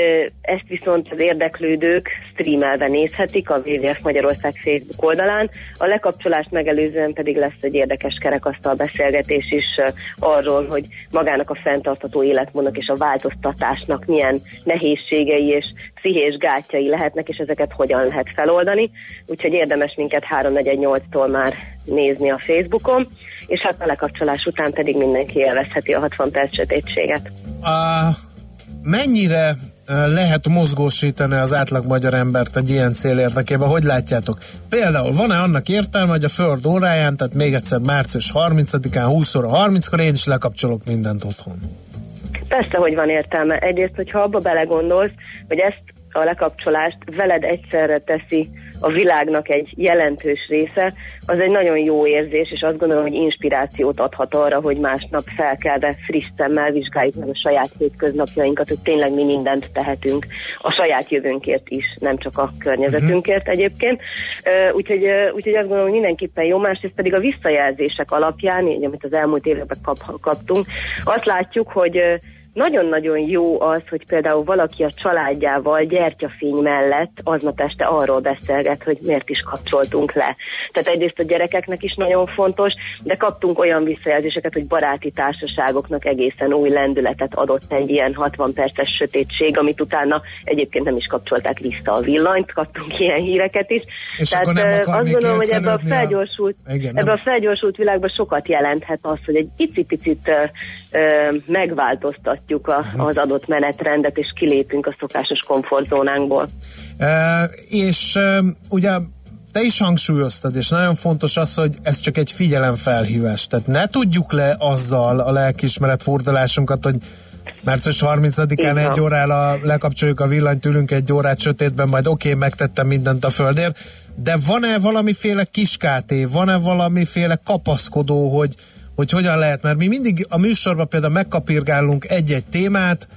Speaker 10: ezt viszont az érdeklődők streamelve nézhetik a dupla vé vé ef Magyarország Facebook oldalán. A lekapcsolást megelőzően pedig lesz egy érdekes kerekasztal beszélgetés is arról, hogy magának a fenntartható életmódnak és a változtatásnak milyen nehézségei és pszichés gátjai lehetnek, és ezeket hogyan lehet feloldani. Úgyhogy érdemes minket három negyven nyolctól már nézni a Facebookon, és hát a lekapcsolás után pedig mindenki élvezheti a hatvan perc sötétséget.
Speaker 2: A, mennyire lehet mozgósítani az átlag magyar embert egy ilyen cél érdekében? Hogy látjátok? Például van-e annak értelme, hogy a Föld óráján, tehát még egyszer március harmincadikán húsz óra harminckor én is lekapcsolok mindent otthon?
Speaker 10: Persze, hogy van értelme. Egyrészt, hogyha abba belegondolsz, hogy ezt a lekapcsolást veled egyszerre teszi a világnak egy jelentős része, az egy nagyon jó érzés, és azt gondolom, hogy inspirációt adhat arra, hogy másnap felkelve friss szemmel vizsgáljuk meg a saját hétköznapjainkat, hogy tényleg mi mindent tehetünk a saját jövőnkért is, nem csak a környezetünkért egyébként. Úgyhogy, úgyhogy azt gondolom, hogy mindenképpen jó, másrészt pedig a visszajelzések alapján, így, amit az elmúlt években kap, kaptunk, azt látjuk, hogy nagyon-nagyon jó az, hogy például valaki a családjával gyertyafény mellett aznap este arról beszélget, hogy miért is kapcsoltunk le. Tehát egyrészt a gyerekeknek is nagyon fontos, de kaptunk olyan visszajelzéseket, hogy baráti társaságoknak egészen új lendületet adott egy ilyen hatvan perces sötétség, amit utána egyébként nem is kapcsolták vissza a villanyt, kaptunk ilyen híreket is.
Speaker 2: És
Speaker 10: tehát azt gondolom, hogy ebbe a felgyorsult,
Speaker 2: a... Igen,
Speaker 10: ebbe a felgyorsult világban sokat jelenthet az, hogy egy icipicit uh, uh, megváltoztat a, az adott menetrendet, és kilépünk a szokásos komfortzónánkból.
Speaker 2: E, és e, ugye te is hangsúlyoztad, és nagyon fontos az, hogy ez csak egy figyelemfelhívás. Tehát ne tudjuk le azzal a lelkiismeret fordulásunkat, hogy március harmincadikán egy órára lekapcsoljuk a villanyt, ülünk egy órát sötétben, majd oké, okay, megtettem mindent a földért, de van-e valamiféle kiskáté, van-e valamiféle kapaszkodó, hogy hogy hogyan lehet, mert mi mindig a műsorban például megkapirgálunk egy-egy témát,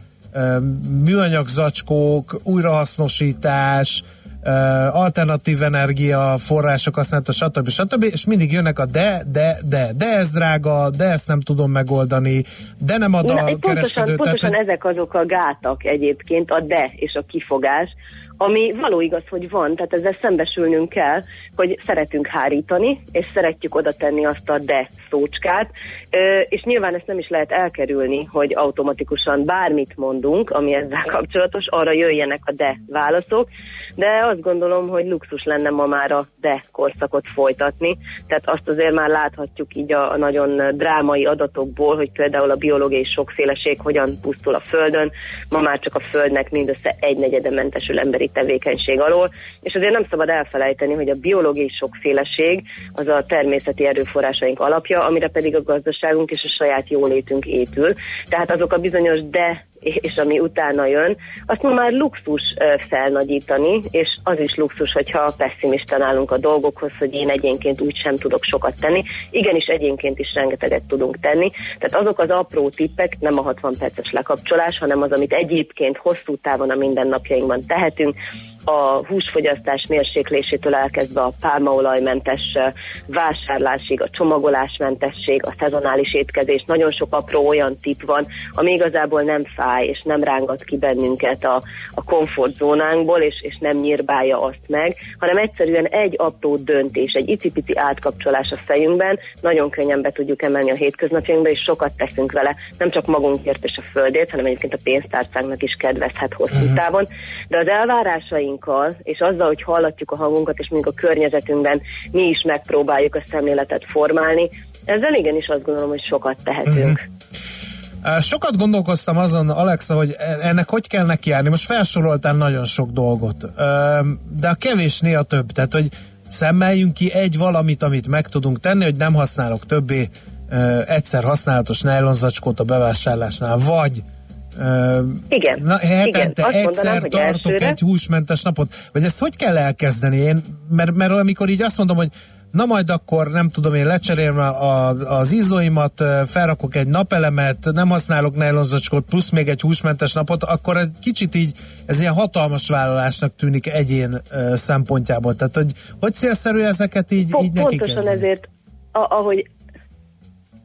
Speaker 2: műanyag zacskók, újrahasznosítás, alternatív energia források használata, stb. stb. És mindig jönnek a de, de, de, de ez drága, de ezt nem tudom megoldani, de nem ad a
Speaker 10: Na, kereskedő. Pontosan, pontosan
Speaker 2: tehát,
Speaker 10: ezek azok a gátak egyébként, a de és a kifogás, ami való igaz, hogy van, tehát ezzel szembesülnünk kell, hogy szeretünk hárítani, és szeretjük oda tenni azt a de szócskát, és nyilván ezt nem is lehet elkerülni, hogy automatikusan bármit mondunk, ami ezzel kapcsolatos, arra jöjjenek a de válaszok, de azt gondolom, hogy luxus lenne ma már a de korszakot folytatni, tehát azt azért már láthatjuk így a, a nagyon drámai adatokból, hogy például a biológiai sokféleség hogyan pusztul a Földön, ma már csak a Földnek mindössze egynegyede mentesül emberi tevékenység alól, és azért nem szabad elfelejteni, hogy a biológiai sokféleség az a természeti erőforrásaink alapja, amire pedig a gazdaságunk és a saját jólétünk épül. Tehát azok a bizonyos de és ami utána jön, azt ma már luxus felnagyítani, és az is luxus, hogyha pessimisten állunk a dolgokhoz, hogy én egyénként úgy sem tudok sokat tenni. Igenis egyénként is rengeteget tudunk tenni. Tehát azok az apró tippek, nem a hatvan perces lekapcsolás, hanem az, amit egyébként hosszú távon a mindennapjainkban tehetünk, a húsfogyasztás mérséklésétől elkezdve a pálmaolajmentes vásárlásig, a csomagolásmentesség, a szezonális étkezés, nagyon sok apró olyan tipp van, ami igazából nem fáj, és nem rángat ki bennünket a, a komfortzónánkból, és, és nem nyírbálja azt meg, hanem egyszerűen egy apró döntés, egy icipici átkapcsolás a fejünkben, nagyon könnyen be tudjuk emelni a hétköznapjainkba, és sokat teszünk vele, nem csak magunkért és a földért, hanem egyébként a pénztárcánknak is kedvezhet hosszú távon. De az elvárásaink és azzal, hogy hallatjuk a hangunkat, és mondjuk a környezetünkben mi is megpróbáljuk a szemléletet formálni, ezzel igenis azt gondolom, hogy sokat tehetünk.
Speaker 2: Uh-huh. Sokat gondolkoztam azon, Alexa, hogy ennek hogy kell nekiállni. Most felsoroltál nagyon sok dolgot, de a kevésnél a több. Tehát, hogy szemmeljünk ki egy valamit, amit meg tudunk tenni, hogy nem használok többé egyszer használatos nejlonzacskót a bevásárlásnál, vagy Uh,
Speaker 10: igen,
Speaker 2: na, hetente
Speaker 10: igen.
Speaker 2: egyszer
Speaker 10: mondanám,
Speaker 2: tartok elsőre... egy húsmentes napot, vagy ezt hogy kell elkezdeni? Én, mert, mert amikor így azt mondom, hogy na majd akkor nem tudom én lecserélem a, az izzóimat, felrakok egy napelemet, nem használok nejlonzacskót, plusz még egy húsmentes napot, akkor egy kicsit így ez ilyen hatalmas vállalásnak tűnik egyén uh, szempontjából. Tehát, hogy, hogy célszerű ezeket így,
Speaker 10: Po-
Speaker 2: így neki
Speaker 10: Pontosan
Speaker 2: kezdeni?
Speaker 10: ezért, a, ahogy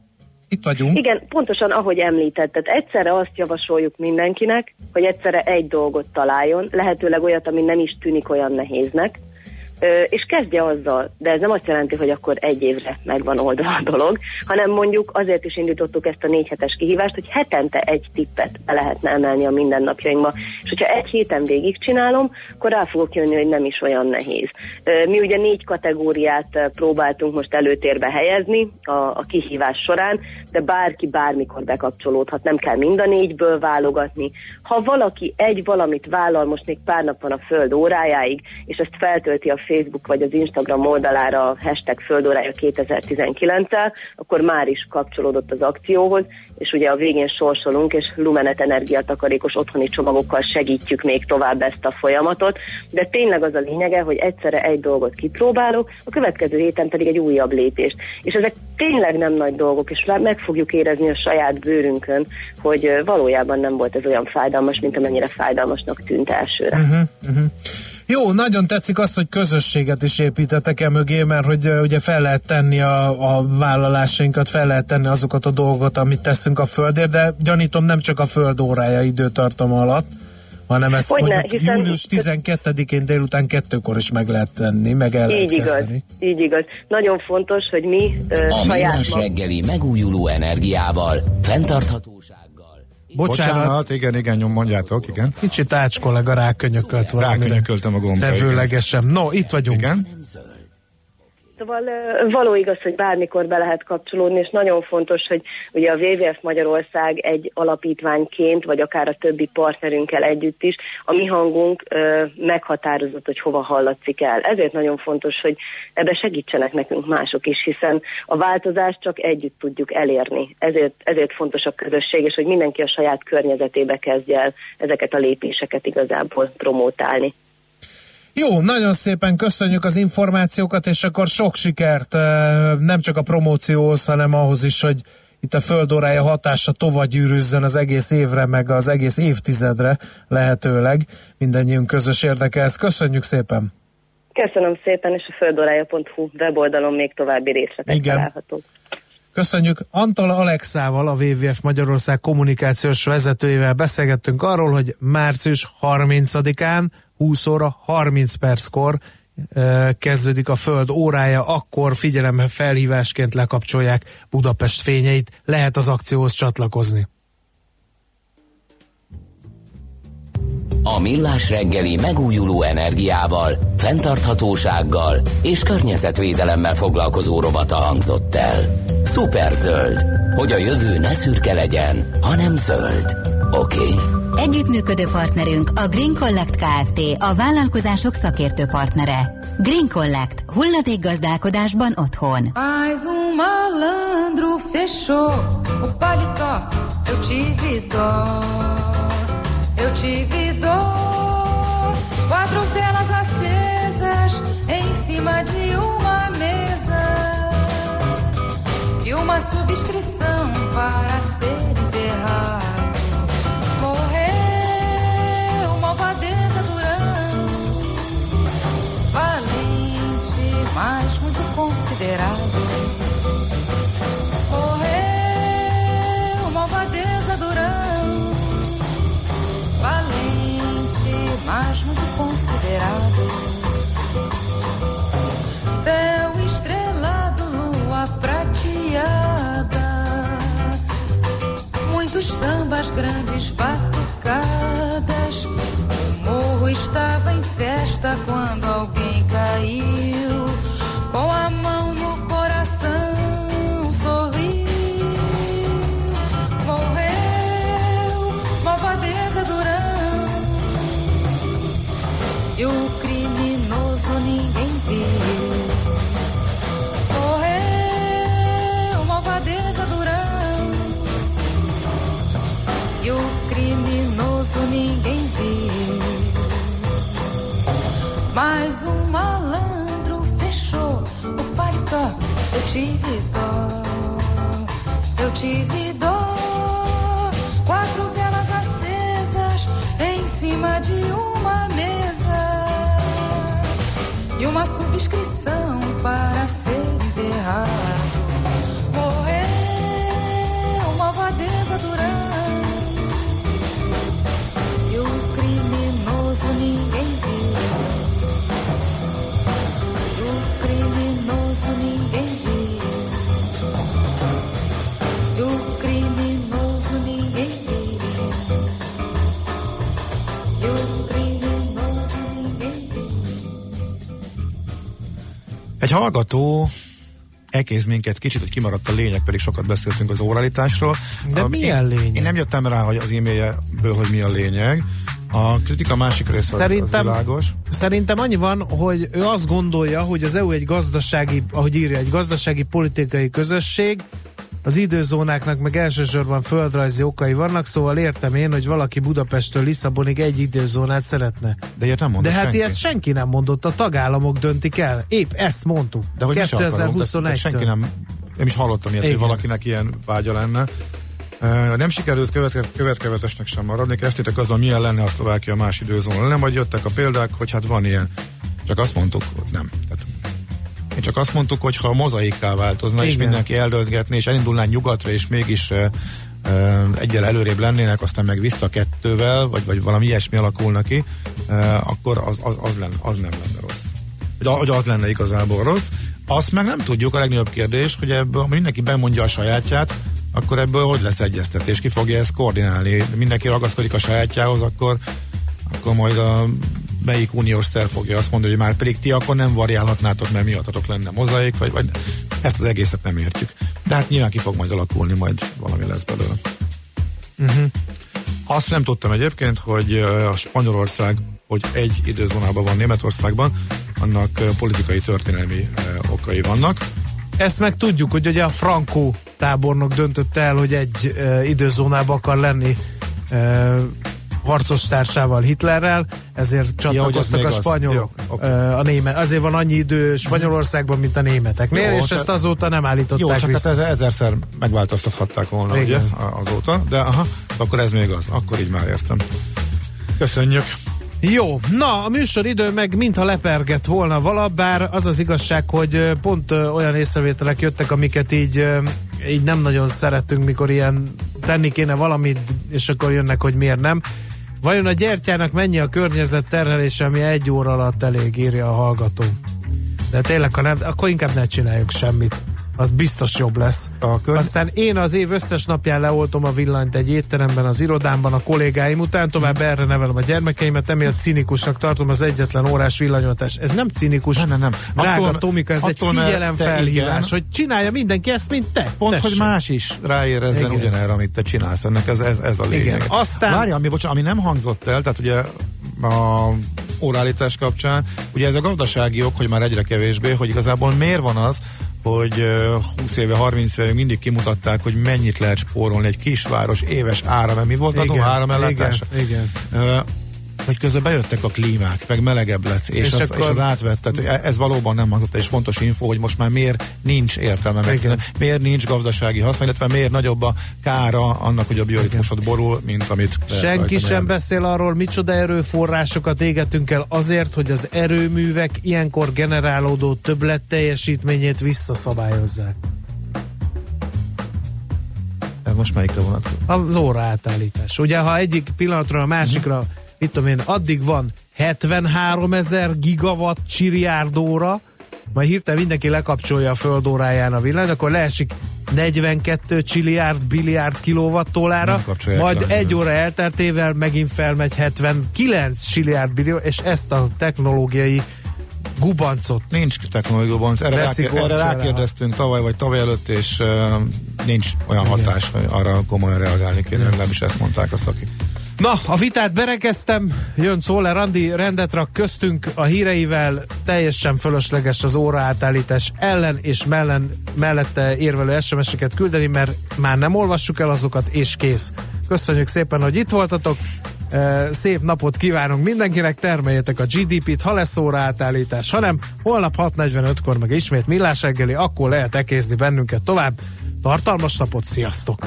Speaker 2: Itt vagyunk.
Speaker 10: Igen, pontosan ahogy említetted, egyszerre azt javasoljuk mindenkinek, hogy egyszerre egy dolgot találjon, lehetőleg olyat, ami nem is tűnik olyan nehéznek, és kezdje azzal, de ez nem azt jelenti, hogy akkor egy évre megvan oldva a dolog, hanem mondjuk azért is indítottuk ezt a négy hetes kihívást, hogy hetente egy tippet be lehetne emelni a mindennapjainkba, és hogyha egy héten végig csinálom, akkor rá fogok jönni, hogy nem is olyan nehéz. Mi ugye négy kategóriát próbáltunk most előtérbe helyezni a, a kihívás során, de bárki bármikor bekapcsolódhat, nem kell mind a négyből válogatni. Ha valaki egy valamit vállal, most még pár nap van a Föld órájáig, és ezt feltölti a Facebook vagy az Instagram oldalára a hashtag Földórája kétezer-tizenkilenccel, akkor már is kapcsolódott az akcióhoz, és ugye a végén sorsolunk, és Lumenet energiatakarékos otthoni csomagokkal segítjük még tovább ezt a folyamatot, de tényleg az a lényege, hogy egyszerre egy dolgot kipróbálok, a következő héten pedig egy újabb lépést. És ezek tényleg nem nagy dolgok, és meg fogjuk érezni a saját bőrünkön, hogy valójában nem volt ez olyan fájdalmas, mint amennyire fájdalmasnak tűnt elsőre.
Speaker 2: Uh-huh, uh-huh. Jó, nagyon tetszik az, hogy közösséget is építetek el mögé, mert hogy uh, ugye fel lehet tenni a, a vállalásainkat, fel lehet tenni azokat a dolgokat, amit teszünk a Földért, de gyanítom nem csak a Föld órája időtartama alatt, hanem ezt
Speaker 10: Hogyne,
Speaker 2: mondjuk
Speaker 10: hiszen
Speaker 2: június tizenkettedikén délután kettőkor is meg lehet tenni, meg el lehet
Speaker 10: így igaz,
Speaker 2: kezdeni.
Speaker 10: így igaz. Nagyon fontos, hogy mi uh,
Speaker 1: a
Speaker 10: saját
Speaker 1: Millás
Speaker 10: mag...
Speaker 1: reggeli megújuló energiával, fenntarthatósággal.
Speaker 3: Bocsánat, Bocsánat igen, igen, nyom, mondjátok, igen.
Speaker 2: Kicsit Ács kollega rákönyökölt valamire.
Speaker 3: Rákönyököltem a gombra.
Speaker 2: Tevőlegesen. No, itt vagyunk.
Speaker 3: Igen.
Speaker 10: Szóval való igaz, hogy bármikor be lehet kapcsolódni, és nagyon fontos, hogy ugye a dupla vé vé ef Magyarország egy alapítványként, vagy akár a többi partnerünkkel együtt is, a mi hangunk ö, meghatározott, hogy hova hallatszik el. Ezért nagyon fontos, hogy ebbe segítsenek nekünk mások is, hiszen a változást csak együtt tudjuk elérni. Ezért, ezért fontos a közösség, és hogy mindenki a saját környezetébe kezdje el ezeket a lépéseket igazából promótálni.
Speaker 2: Jó, nagyon szépen köszönjük az információkat, és akkor sok sikert nem csak a promócióhoz, hanem ahhoz is, hogy itt a Földórája hatása tovább gyűrűzzön az egész évre, meg az egész évtizedre lehetőleg. Mindennyiunk közös érdeke ez. Köszönjük szépen!
Speaker 10: Köszönöm szépen, és a földórája pont hu weboldalon még további részletek
Speaker 2: Igen.
Speaker 10: találhatók.
Speaker 2: Köszönjük. Antal Alexával, a dupla vé vé ef Magyarország kommunikációs vezetőjével beszélgettünk arról, hogy március harmincadikán húsz óra harminc perckor e, kezdődik a Föld órája, akkor figyelembe felhívásként lekapcsolják Budapest fényeit. Lehet az akcióhoz csatlakozni.
Speaker 1: A Millás reggeli megújuló energiával, fenntarthatósággal és környezetvédelemmel foglalkozó rovata hangzott el. Szuperzöld, hogy a jövő ne szürke legyen, hanem zöld. Oké? Okay?
Speaker 9: Együttműködő partnerünk a Green Collect Kft. A vállalkozások szakértő partnere. Green Collect. Hulladékgazdálkodásban otthon.
Speaker 11: Mais um malandro fechou o paletó. Eu tive dó. Eu tive dó. Quatro velas acesas em cima de uma mesa e uma subscrição para ser enterrado. Mas muito considerado. Morreu malvadeza Durão, valente, mas muito considerado. Céu estrelado, lua prateada, muitos sambas, grandes batucadas. O morro estava em festa quando alguém caiu. Com a mão no coração sorriu. Morreu malvadeza Durão. E o criminoso ninguém viu. Morreu malvadeza Durão. E o criminoso ninguém viu. Mais um malandro fechou o paletó. Eu tive dó, eu tive dó. Quatro velas acesas em cima de uma mesa e uma subscrição para ser enterrado. Morreu
Speaker 3: Egy hallgató elkéz minket kicsit, hogy kimaradt a lényeg, pedig sokat beszéltünk az oralitásról.
Speaker 2: De
Speaker 3: a,
Speaker 2: milyen
Speaker 3: én,
Speaker 2: lényeg?
Speaker 3: Én nem jöttem rá, hogy az e-mailjeből, hogy mi a lényeg. A kritika másik része
Speaker 2: szerintem,
Speaker 3: az világos.
Speaker 2: Szerintem annyi van, hogy ő azt gondolja, hogy az é u egy gazdasági, ahogy írja, egy gazdasági politikai közösség, az időzónáknak meg elsősorban földrajzi okai vannak, szóval értem én, hogy valaki Budapesttől Lisszabonig egy időzónát szeretne.
Speaker 3: De ilyet nem mondott
Speaker 2: De hát
Speaker 3: senki.
Speaker 2: ilyet senki nem mondott, a tagállamok döntik el. Épp ezt mondtuk.
Speaker 3: De hogy
Speaker 2: kétezer-huszonegytől.
Speaker 3: senki nem, nem is hallottam ilyet, hogy valakinek ilyen vágya lenne. Uh, nem sikerült követke, következetesnek sem maradni, kezdtétek azzal, milyen lenne, ha Szlovákia más időzóna lenne, majd jöttek a példák, hogy hát van ilyen. Csak azt mondtuk, hogy nem. Tehát én csak azt mondtuk, hogy ha mozaikká változna, igen, és mindenki eldöntgetné, és elindulná nyugatra, és mégis uh, uh, egyel előrébb lennének, aztán meg vissza kettővel, vagy, vagy valami ilyesmi alakulna ki, uh, akkor az, az, az, lenne, az nem lenne rossz. Hogy az lenne igazából rossz. Azt meg nem tudjuk, a legnagyobb kérdés, hogy ebből, ha mindenki bemondja a sajátját, akkor ebből hogy lesz egyeztetés? Ki fogja ezt koordinálni? Mindenki ragaszkodik a sajátjához, akkor, akkor majd a melyik uniós szer fogja azt mondani, hogy már pedig ti akkor nem variálhatnátok, mert miattatok lenne mozaik, vagy, vagy ezt az egészet nem értjük. De hát nyilván ki fog majd alakulni, majd valami lesz belőle. Uh-huh. Azt nem tudtam egyébként, hogy a Spanyolország, hogy egy időzónában van Németországban, annak politikai történelmi okai vannak.
Speaker 2: Ezt meg tudjuk, hogy ugye a Franco tábornok döntött el, hogy egy e, időzónában akar lenni e, harcos társával, Hitlerrel, ezért csatlakoztak ja, a spanyolok. Jó, okay. e, a német. Azért van annyi idő Spanyolországban, mint a németeknél, jó, és ezt azóta nem állították jó, csak vissza.
Speaker 3: Jó, hát ezerszer megváltoztathatták volna, ugye, azóta, de aha, akkor ez még az, akkor így már értem. Köszönjük!
Speaker 2: Jó, na a műsoridő meg mintha lepergett volna vala, bár az az igazság, hogy pont olyan észrevételek jöttek, amiket így, így nem nagyon szeretünk, mikor ilyen tenni kéne valamit, és akkor jönnek, hogy miért nem. Vajon a gyertyának mennyi a környezet terhelése, ami egy óra alatt elég, írja a hallgató. De tényleg, ha nem, akkor inkább ne csináljuk semmit. Az biztos jobb lesz. Körny- Aztán én az év összes napján leoltom a villanyt egy étteremben, az irodámban a kollégáim után, tovább erre nevelem a gyermekeimet, emiatt cinikusnak tartom az egyetlen órás villanyoltást. Ez nem cinikus,
Speaker 3: nem, nem, nem.
Speaker 2: Drága
Speaker 3: attól,
Speaker 2: Tomika, ez egy figyelemfelhívás, hogy csinálja mindenki ezt, mint te.
Speaker 3: Pont,
Speaker 2: Tessen.
Speaker 3: Hogy más is ráérezzen ugyanerre, amit te csinálsz. Ennek ez, ez, ez a lényeg.
Speaker 2: Igen. Aztán...
Speaker 3: Várja, ami, bocsánat, ami nem hangzott el, tehát ugye a órállítás kapcsán, ugye ez a gazdasági ok, hogy már egyre kevésbé, hogy igazából miért van az, hogy húsz éve, harminc éve mindig kimutatták, hogy mennyit lehet spórolni egy kisváros éves ára, mert mi volt adó áramellátása?
Speaker 2: Igen, igen.
Speaker 3: Uh, hogy közben bejöttek a klímák, meg melegebb lett, és, és, az, akkor... és az átvett, tehát ez valóban nem hangzott, és fontos info, hogy most már miért nincs értelme megszínni, miért nincs gazdasági haszna, illetve miért nagyobb a kára annak, hogy a bioritmusod borul, mint amit...
Speaker 2: Senki sem
Speaker 3: nyerni.
Speaker 2: beszél arról, micsoda erőforrásokat égetünk el azért, hogy az erőművek ilyenkor generálódó többlet teljesítményét visszaszabályozzák.
Speaker 3: Ez most melyikre vonatkozik?
Speaker 2: Az óra átállítás. Ugye, ha egyik pillanatra a másikra uh-huh. mit tudom én, addig van hetvenháromezer gigawatt csiriárd óra, majd hirtelen mindenki lekapcsolja a földóráján a villanyt, akkor leesik negyvenkettő csiliárd, biliárd kilovattórára, majd le, egy óra elteltével megint felmegy hetvenkilenc csiliárd billió, és ezt a technológiai gubancot.
Speaker 3: Nincs technológiai gubanc. Erre, rá, erre rákérdeztünk tavaly vagy tavaly előtt, és uh, nincs olyan igen. hatás, hogy arra komolyan reagálni kéne, legalábbis ezt mondták a szakik.
Speaker 2: Na, a vitát berekeztem, jön Czoller Andi, rendet rak köztünk a híreivel, teljesen fölösleges az óraátállítás ellen és mellen, mellette érvelő es em es-eket küldeni, mert már nem olvassuk el azokat, és kész. Köszönjük szépen, hogy itt voltatok, szép napot kívánunk mindenkinek, termeljetek a gé dé pét, ha lesz óraátállítás, hanem holnap hat negyvenötkor meg ismét Millás reggeli, akkor lehet ekézni bennünket tovább. Tartalmas napot, sziasztok!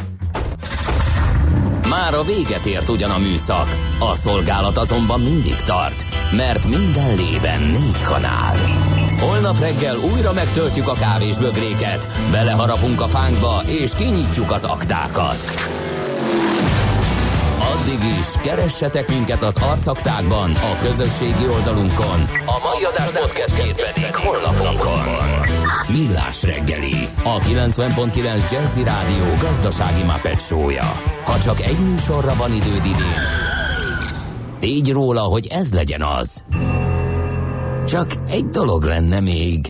Speaker 1: Már a véget ért ugyan a műszak, a szolgálat azonban mindig tart, mert minden lében négy kanál. Holnap reggel újra megtöltjük a kávésbögréket, beleharapunk a fánkba és kinyitjuk az aktákat. Addig is keressetek minket az arcaktákban, a közösségi oldalunkon, a mai adás podcastjét pedig honlapunkon. Millás reggeli, a kilencven pont kilenc Jazzy Rádió gazdasági Muppet show-ja. Ha csak egy műsorra van időd idén, Tégy róla, hogy ez legyen az. Csak egy dolog lenne még.